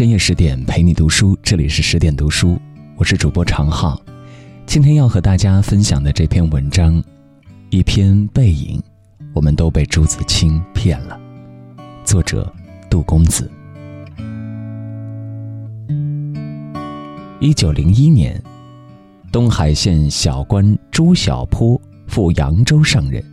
深夜10点陪你读书，这里是10点读书，我是主播常浩。今天要和大家分享的这篇文章，一篇背影，我们都被朱自清骗了。作者杜公子。1901年，东海县小官朱小坡赴扬州上任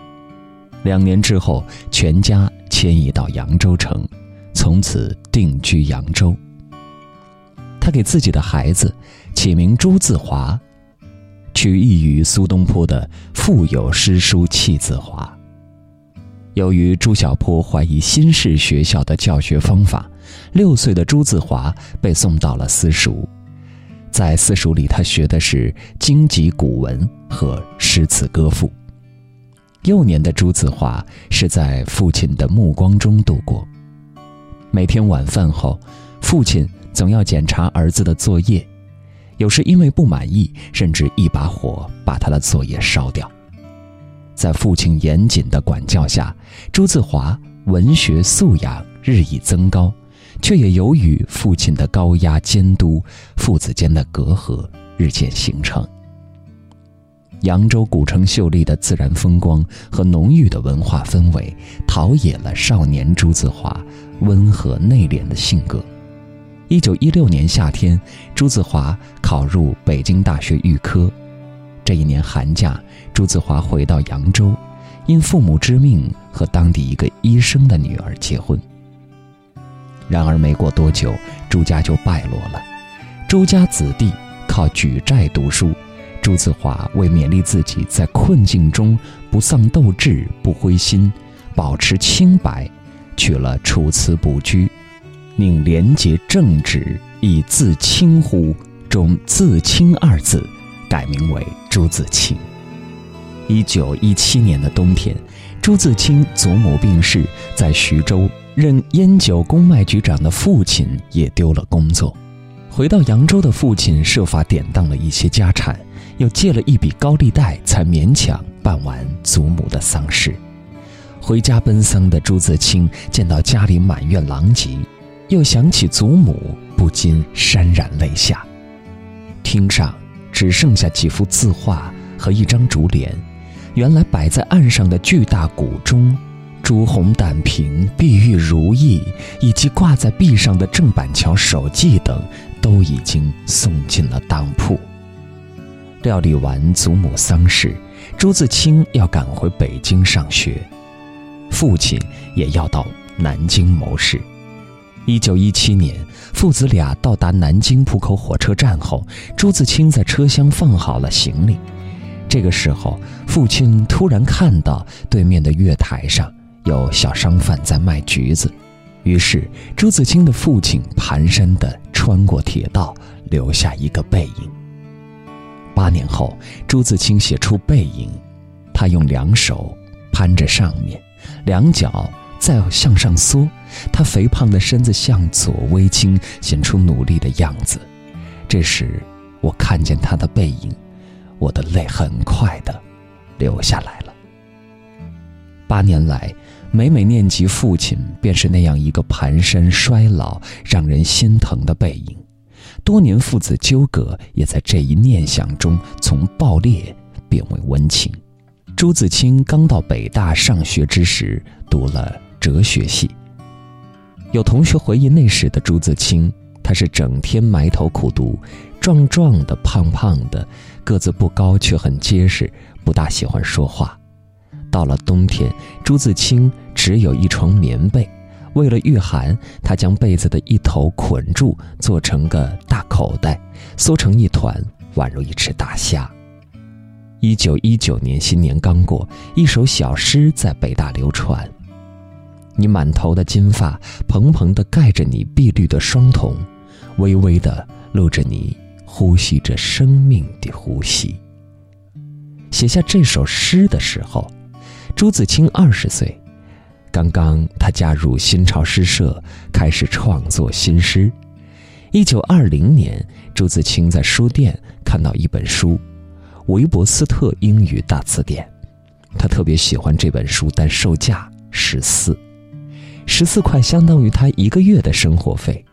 ，2年之后，全家迁移到扬州城，从此定居扬州。他给自己的孩子起名朱自华，取意于苏东坡的腹有诗书气自华。由于朱小坡怀疑新式学校的教学方法，6岁的朱自华被送到了私塾。在私塾里，他学的是经籍古文和诗词歌赋。幼年的朱自华是在父亲的目光中度过。每天晚饭后，父亲总要检查儿子的作业，有时因为不满意，甚至一把火把他的作业烧掉。在父亲严谨的管教下，朱自华文学素养日益增高，却也由于父亲的高压监督，父子间的隔阂日渐形成。扬州古城秀丽的自然风光和浓郁的文化氛围，陶冶了少年朱自华温和内敛的性格。1916年夏天，朱自华考入北京大学预科。这一年寒假，朱自华回到扬州，因父母之命和当地一个医生的女儿结婚。然而没过多久，朱家就败落了。朱家子弟靠举债读书，朱自华为勉励自己在困境中不丧斗志、不灰心，保持清白，取了楚辞补居，宁廉洁正直，以自清乎中自清2字改名为朱自清。1917年的冬天，朱自清祖母病逝，在徐州任烟酒公卖局长的父亲也丢了工作。回到扬州的父亲设法典当了一些家产，又借了一笔高利贷，才勉强办完祖母的丧事。回家奔丧的朱自清见到家里满院狼藉，又想起祖母，不禁潸然泪下。厅上只剩下几幅字画和一张竹帘，原来摆在案上的巨大古钟、朱红胆瓶、碧玉如意，以及挂在壁上的郑板桥手记等，都已经送进了当铺。料理完祖母丧事，朱自清要赶回北京上学，父亲也要到南京谋事。1917年，父子俩到达南京浦口火车站后，朱自清在车厢放好了行李。这个时候，父亲突然看到对面的月台上有小商贩在卖橘子，于是朱自清的父亲蹒跚地穿过铁道，留下一个背影。8年后，朱自清写出背影，他用2手攀着上面，2脚再向上缩，他肥胖的身子向左微倾，显出努力的样子。这时我看见他的背影，我的泪很快地流下来了。8年来，每念及父亲，便是那样一个蹒跚衰老、让人心疼的背影。多年父子纠葛，也在这一念想中从爆裂变为温情。朱自清刚到北大上学之时，读了哲学系。有同学回忆那时的朱自清，他是整天埋头苦读，壮壮的、胖胖的，个子不高却很结实，不大喜欢说话。到了冬天，朱自清只有一床棉被，为了御寒，他将被子的一头捆住，做成个大口袋，缩成一团，宛如一只大虾。1919年新年刚过，一首小诗在北大流传：你满头的金发，蓬蓬地盖着你碧绿的双瞳，微微地露着你呼吸着生命的呼吸。写下这首诗的时候，朱自清20岁，刚刚他加入新潮诗社，开始创作新诗。1920年，朱自清在书店看到一本书，韦伯斯特英语大词典，他特别喜欢这本书，但售价14块，相当于他1个月的生活费。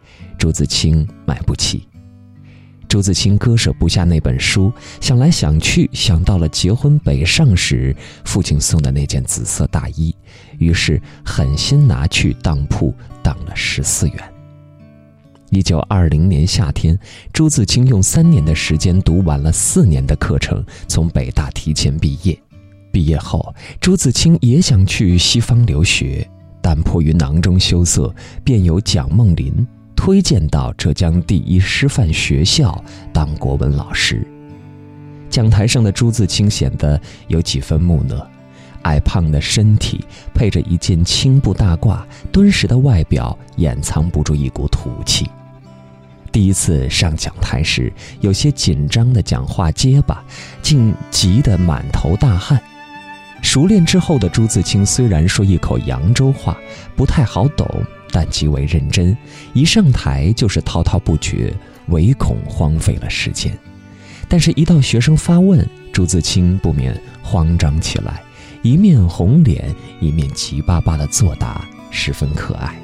朱自清买不起。朱自清割舍不下那本书，想来想去，想到了结婚北上时父亲送的那件紫色大衣，于是狠心拿去当铺当了14元。1920年夏天，朱自清用3年的时间读完了4年的课程，从北大提前毕业。毕业后，朱自清也想去西方留学，但迫于囊中羞涩，便由蒋梦麟推荐到浙江第一师范学校当国文老师。讲台上的朱自清显得有几分木讷，矮胖的身体配着一件青布大褂，敦实的外表掩藏不住一股土气。第一次上讲台时，有些紧张的讲话结巴，竟急得满头大汗。熟练之后的朱自清虽然说一口扬州话，不太好懂，但极为认真，一上台就是滔滔不绝，唯恐荒废了时间。但是一到学生发问，朱自清不免慌张起来，一面红脸，一面急巴巴地作答，十分可爱。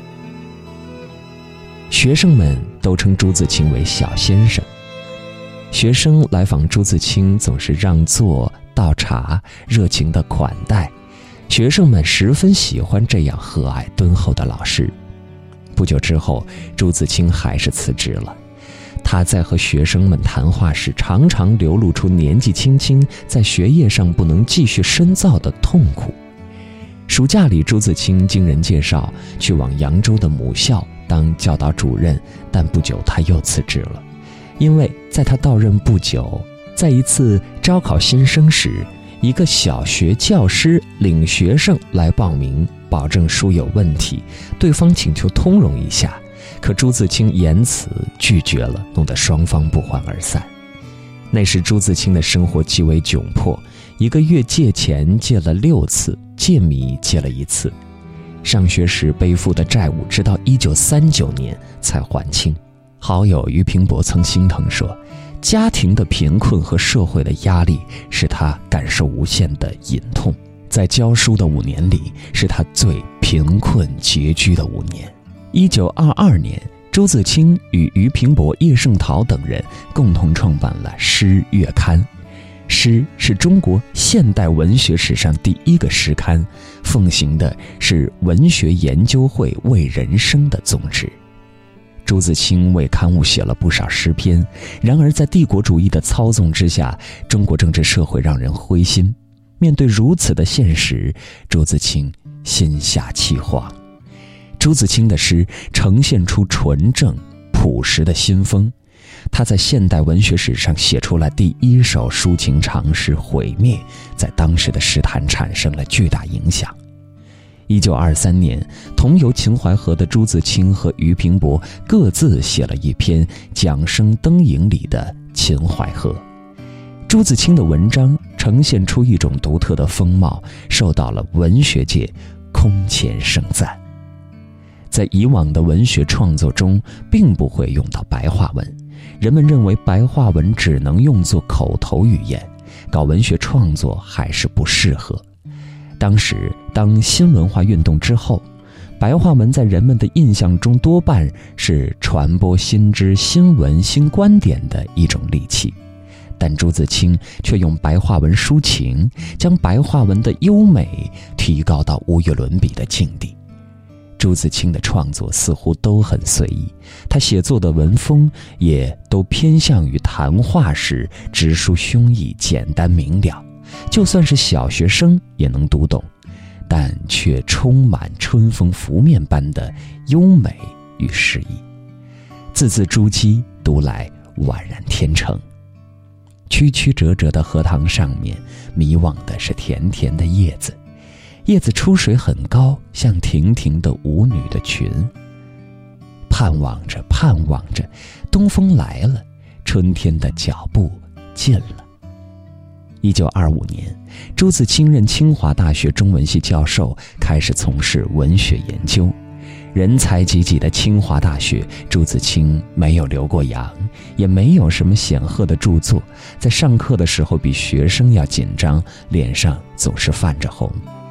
学生们都称朱自清为小先生。学生来访朱自清总是让座倒茶，热情地款待，学生们十分喜欢这样和蔼敦厚的老师。不久之后，朱自清还是辞职了。他在和学生们谈话时，常常流露出年纪轻轻在学业上不能继续深造的痛苦。暑假里，朱自清经人介绍去往扬州的母校当教导主任，但不久他又辞职了，因为在他到任不久，在一次招考新生时，一个小学教师领学生来报名，保证书有问题，对方请求通融一下，可朱自清严词拒绝了，弄得双方不欢而散。那时朱自清的生活极为窘迫，一个月借钱借了6次，借米借了1次。上学时背负的债务，直到1939年才还清。好友俞平伯曾心疼说，家庭的贫困和社会的压力使他感受无限的隐痛，在教书的5年里，是他最贫困拮据的5年。1922年，朱自清与俞平伯、叶圣陶等人共同创办了《诗》月刊。《诗》是中国现代文学史上第一个诗刊，奉行的是文学研究会为人生的宗旨。朱自清为刊物写了不少诗篇，然而在帝国主义的操纵之下，中国政治社会让人灰心。面对如此的现实，朱自清心下气惶。朱自清的诗呈现出纯正朴实的新风，他在现代文学史上写出了第一首抒情长诗《毁灭》，在当时的诗坛产生了巨大影响。1923年，同游秦淮河的朱自清和俞平伯各自写了一篇《桨声灯影》里的秦淮河。朱自清的文章呈现出一种独特的风貌，受到了文学界空前盛赞。在以往的文学创作中，并不会用到白话文，人们认为白话文只能用作口头语言，搞文学创作还是不适合。当时，当新文化运动之后，白话文在人们的印象中多半是传播新知、新闻、新观点的一种利器，但朱自清却用白话文抒情，将白话文的优美提高到无与伦比的境地。朱自清的创作似乎都很随意，他写作的文风也都偏向于谈话时直抒胸臆、简单明了，就算是小学生也能读懂，但却充满春风拂面般的优美与诗意。字字珠玑，读来宛然天成。曲曲折折的荷塘上面，迷望的是甜甜的叶子，叶子出水很高，像亭亭的舞女的裙。盼望着盼望着，东风来了，春天的脚步近了。1925年，朱自清任清华大学中文系教授，开始从事文学研究。人才济济的清华大学，朱自清没有留过洋，也没有什么显赫的著作，在上课的时候比学生要紧张，脸上总是泛着红。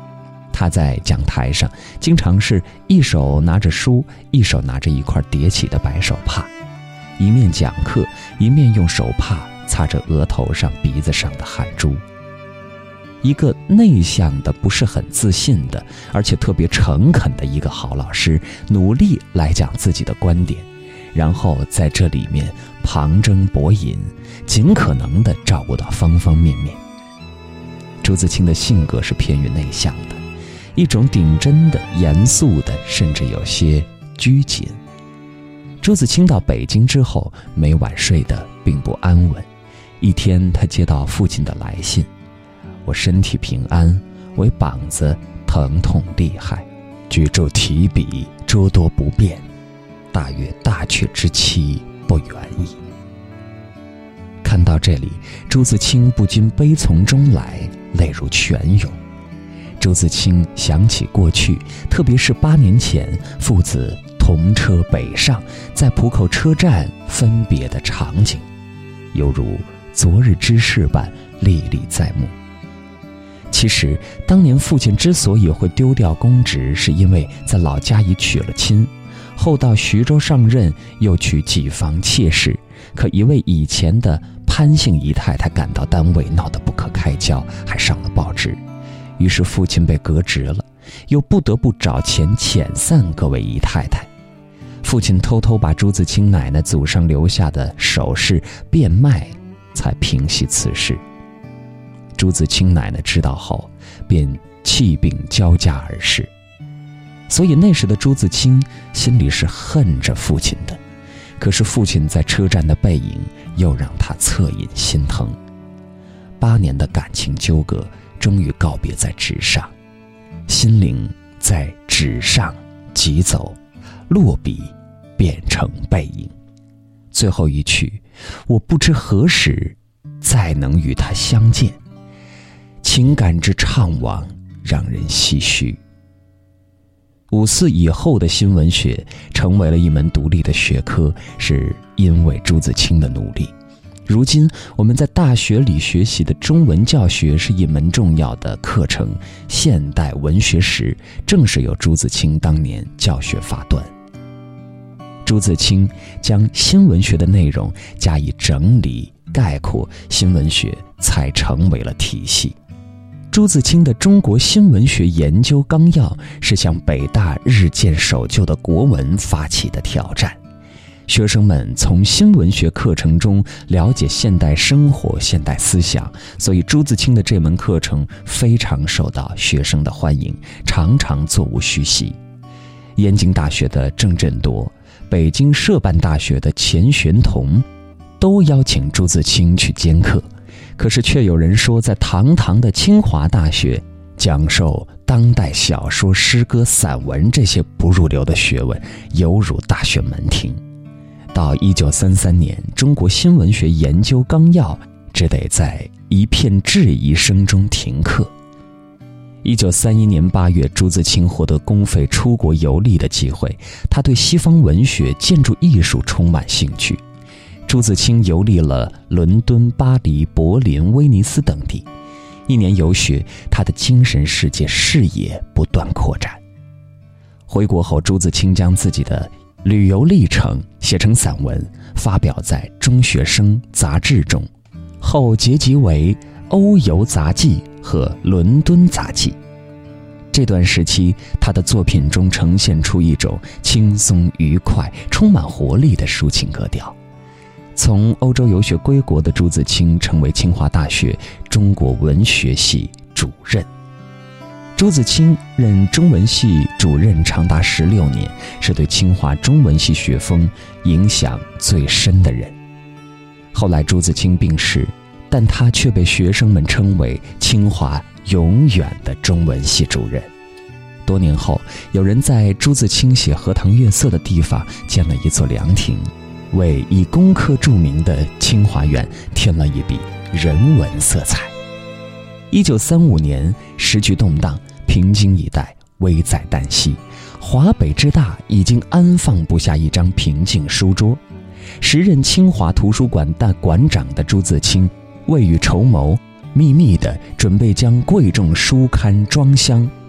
他在讲台上经常是一手拿着书，一手拿着一块叠起的白手帕，一面讲课，一面用手帕擦着额头上鼻子上的汗珠。一个内向的不是很自信的，而且特别诚恳的一个好老师，努力来讲自己的观点，然后在这里面旁征博引，尽可能地照顾到方方面面。朱自清的性格是偏于内向的，一种顶真的、严肃的，甚至有些拘谨。朱自清到北京之后，每晚睡得并不安稳。一天，他接到父亲的来信：我身体平安，唯膀子疼痛厉害，举箸提笔诸多不便，大约大却之期不远矣。看到这里，朱自清不禁悲从中来，泪如泉涌。朱自清想起过去，特别是8年前父子同车北上，在浦口车站分别的场景，犹如昨日之事般历历在目。其实当年父亲之所以会丢掉公职，是因为在老家已娶了亲，后到徐州上任，又去济房妾室，可一位以前的潘姓姨太太赶到单位，闹得不可开交，还上了报纸。于是父亲被革职了，又不得不找钱遣散各位姨太太。父亲偷偷把朱自清奶奶祖上留下的首饰变卖，才平息此事。朱自清奶奶知道后，便气病交加而逝。所以那时的朱自清心里是恨着父亲的，可是父亲在车站的背影又让他恻隐心疼。8年的感情纠葛终于告别在纸上，心灵在纸上疾走，落笔变成背影。最后一曲，我不知何时再能与他相见，情感之怅惘让人唏嘘。54以后的新文学成为了一门独立的学科，是因为朱自清的努力。如今我们在大学里学习的中文教学是一门重要的课程，现代文学史正是由朱自清当年教学发端。朱自清将新文学的内容加以整理概括，新文学才成为了体系。朱自清的《中国新文学研究纲要》是向北大日渐守旧的国文发起的挑战，学生们从新文学课程中了解现代生活、现代思想，所以朱自清的这门课程非常受到学生的欢迎，常常座无虚席。燕京大学的郑振铎、北京社办大学的钱玄同都邀请朱自清去兼课，可是却有人说，在堂堂的清华大学讲授当代小说、诗歌、散文这些不入流的学问，犹如大学门庭。到1933年，《中国新文学研究纲要》只得在一片质疑声中停课。1931年8月，朱自清获得公费出国游历的机会，他对西方文学、建筑艺术充满兴趣。朱自清游历了伦敦、巴黎、柏林、威尼斯等地，1年游学，他的精神世界视野不断扩展。回国后，朱自清将自己的旅游历程写成散文，发表在《中学生》杂志中，后结集为《欧游杂记》和《伦敦杂记》。这段时期，他的作品中呈现出一种轻松愉快、充满活力的抒情格调。从欧洲游学归国的朱自清成为清华大学中国文学系主任。朱自清任中文系主任长达16年，是对清华中文系学风影响最深的人。后来朱自清病逝，但他却被学生们称为清华永远的中文系主任。多年后，有人在朱自清写《荷塘月色》的地方建了一座凉亭，为以工科著名的清华园添了一笔人文色彩。1935年，时局动荡，平津一带危在旦夕，华北之大已经安放不下一张平静书桌。时任清华图书馆馆长的朱自清未雨绸缪，秘密地准备将贵重书刊装箱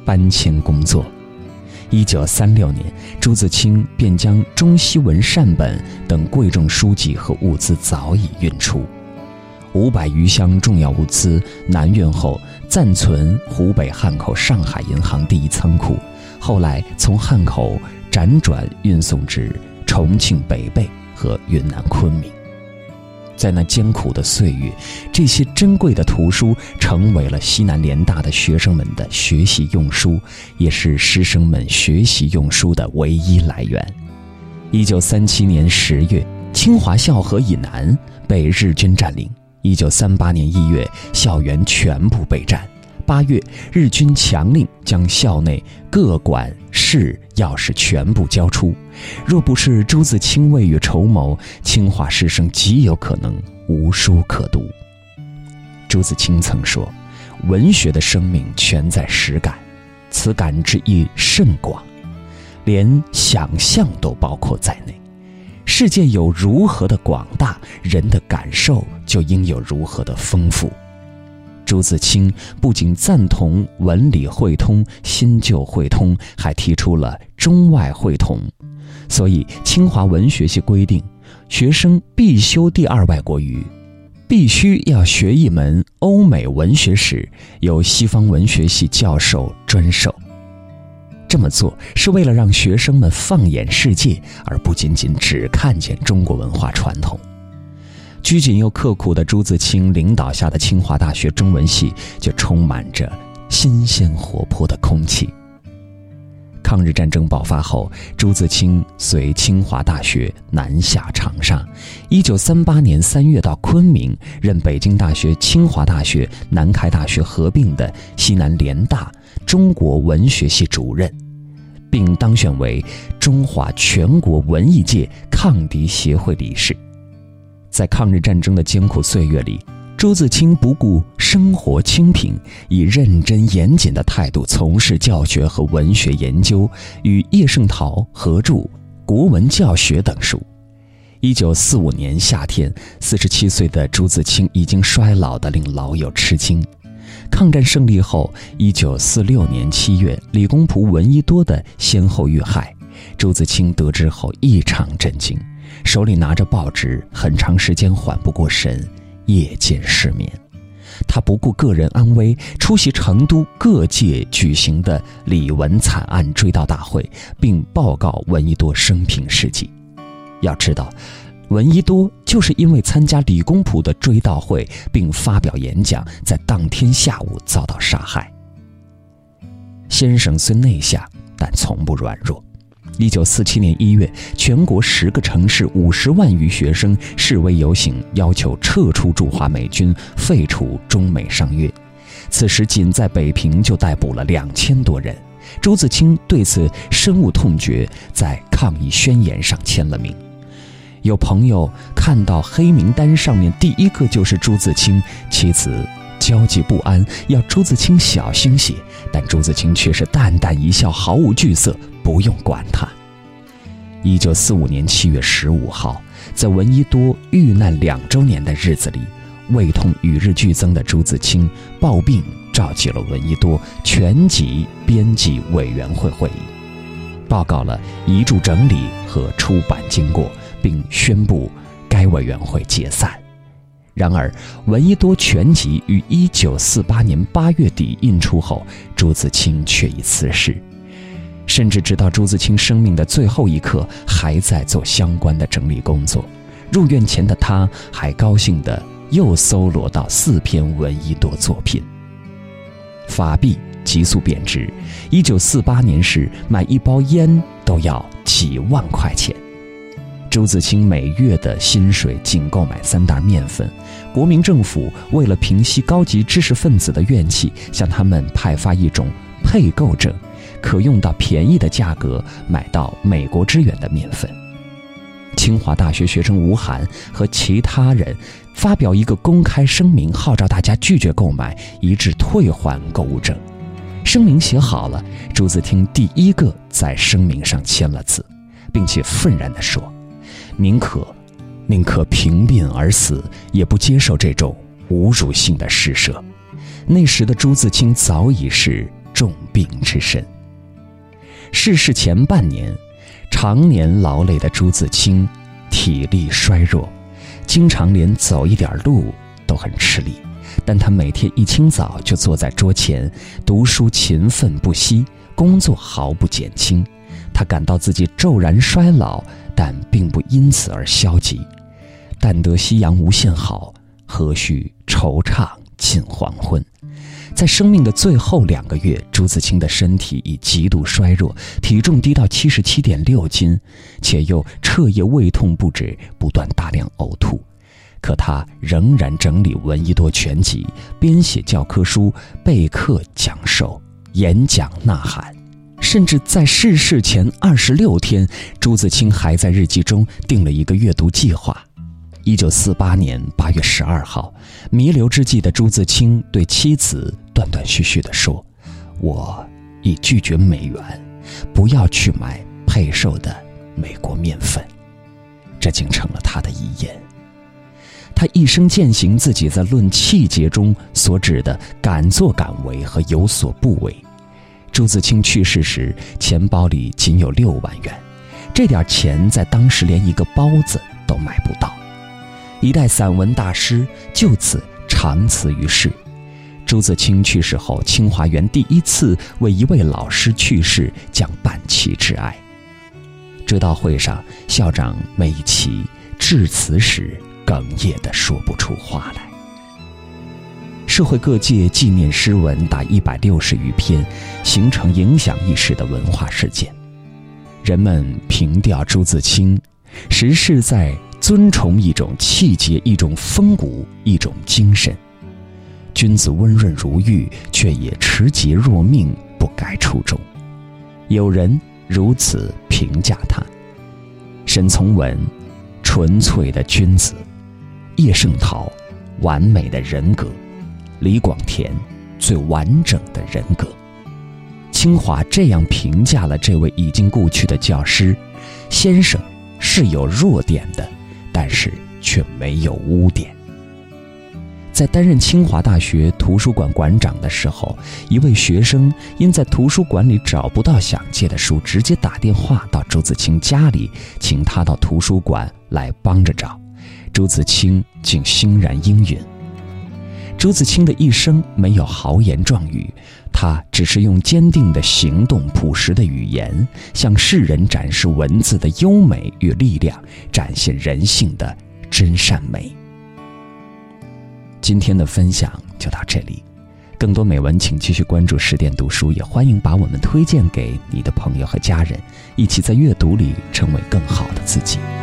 搬迁工作。1936年，朱自清便将中西文善本等贵重书籍和物资早已运出。500余箱重要物资南运后，暂存湖北汉口上海银行第一仓库，后来从汉口辗转运送至重庆北碚和云南昆明。在那艰苦的岁月，这些珍贵的图书成为了西南联大的学生们的学习用书，也是师生们学习用书的唯一来源。1937年10月，清华校河以南被日军占领。1938年1月，校园全部被占。8月，日军强令将校内各馆室钥匙全部交出。若不是朱自清未雨绸缪，清华师生极有可能无书可读。朱自清曾说，文学的生命全在实感，此感之意甚广，连想象都包括在内。世界有如何的广大，人的感受就应有如何的丰富。朱自清不仅赞同文理汇通、新旧汇通，还提出了中外汇通。所以清华文学系规定，学生必修第2外国语，必须要学一门欧美文学史，由西方文学系教授专授。这么做是为了让学生们放眼世界，而不仅仅只看见中国文化传统。拘谨又刻苦的朱自清领导下的清华大学中文系就充满着新鲜活泼的空气。抗日战争爆发后，朱自清随清华大学南下长沙。1938年3月到昆明，任北京大学、清华大学、南开大学合并的西南联大中国文学系主任，并当选为中华全国文艺界抗敌协会理事。在抗日战争的艰苦岁月里，朱自清不顾生活清贫，以认真严谨的态度从事教学和文学研究，与叶圣陶合著《国文教学》等书。1945年夏天，47岁的朱自清已经衰老得令老友吃惊。抗战胜利后，1946年7月，李公朴、闻一多的先后遇害。朱自清得知后异常震惊，手里拿着报纸，很长时间缓不过神，夜间失眠。他不顾个人安危，出席成都各界举行的李文惨案追悼大会，并报告闻一多生平事迹。要知道，闻一多就是因为参加李公朴的追悼会并发表演讲，在当天下午遭到杀害。先生虽内向，但从不软弱。1947年1月，全国10个城市50万余学生示威游行，要求撤出驻华美军，废除中美商约。此时仅在北平就逮捕了2000多人。朱自清对此深恶痛绝，在抗议宣言上签了名。有朋友看到黑名单上面第一个就是朱自清，其次焦急不安，要朱自清小心些，但朱自清却是淡淡一笑，毫无惧色，不用管他。1945年7月15号，在闻一多遇难2周年的日子里，胃痛与日俱增的朱自清抱病召集了闻一多全集编辑委员会会议，报告了遗著整理和出版经过，并宣布该委员会解散。然而，闻一多全集于1948年8月底印出后，朱自清却已辞世。甚至直到朱自清生命的最后一刻，还在做相关的整理工作。入院前的他还高兴地又搜罗到4篇闻一多作品。法币急速贬值，1948年时买一包烟都要几万块钱。朱自清每月的薪水仅购买3袋面粉。国民政府为了平息高级知识分子的怨气，向他们派发一种配购证，可用到便宜的价格买到美国支援的面粉。清华大学学生吴晗和其他人发表一个公开声明，号召大家拒绝购买，一致退还购物证。声明写好了，朱自清第一个在声明上签了字，并且愤然地说：宁可平病而死，也不接受这种侮辱性的施舍。那时的朱自清早已是重病之深。逝世前半年，常年劳累的朱自清体力衰弱，经常连走一点路都很吃力，但他每天一清早就坐在桌前读书，勤奋不息，工作毫不减轻。他感到自己骤然衰老，但并不因此而消极。但得夕阳无限好，何须惆怅尽黄昏。在生命的最后2个月，朱自清的身体已极度衰弱，体重低到77.6斤，且又彻夜胃痛不止，不断大量呕吐。可他仍然整理闻一多全集，编写教科书，备课讲授，演讲呐喊。甚至在逝世前26天，朱自清还在日记中定了一个阅读计划。1948年8月12号，弥留之际的朱自清对妻子断断续续地说：“我已拒绝美元，不要去买配售的美国面粉。”这竟成了他的遗言。他一生践行自己在《论气节》中所指的敢作敢为和有所不为。朱自清去世时，钱包里仅有6万元，这点钱在当时连一个包子都买不到。一代散文大师就此长辞于世。朱自清去世后，清华园第一次为一位老师去世将半旗致哀。追悼会上，校长美琪致辞时哽咽地说不出话来。社会各界纪念诗文达160余篇，形成影响一时的文化事件。人们凭吊朱自清，实是在尊崇一种气节，一种风骨，一种精神。君子温润如玉，却也持节若命，不改初衷。有人如此评价他：沈从文，纯粹的君子；叶圣陶，完美的人格；李广田，最完整的人格。清华这样评价了这位已经故去的教师：先生是有弱点的，但是却没有污点。在担任清华大学图书馆馆长的时候，一位学生因在图书馆里找不到想借的书，直接打电话到朱自清家里，请他到图书馆来帮着找。朱自清竟欣然应允。朱自清的一生没有豪言壮语，他只是用坚定的行动、朴实的语言，向世人展示文字的优美与力量，展现人性的真善美。今天的分享就到这里，更多美文请继续关注10点读书，也欢迎把我们推荐给你的朋友和家人，一起在阅读里成为更好的自己。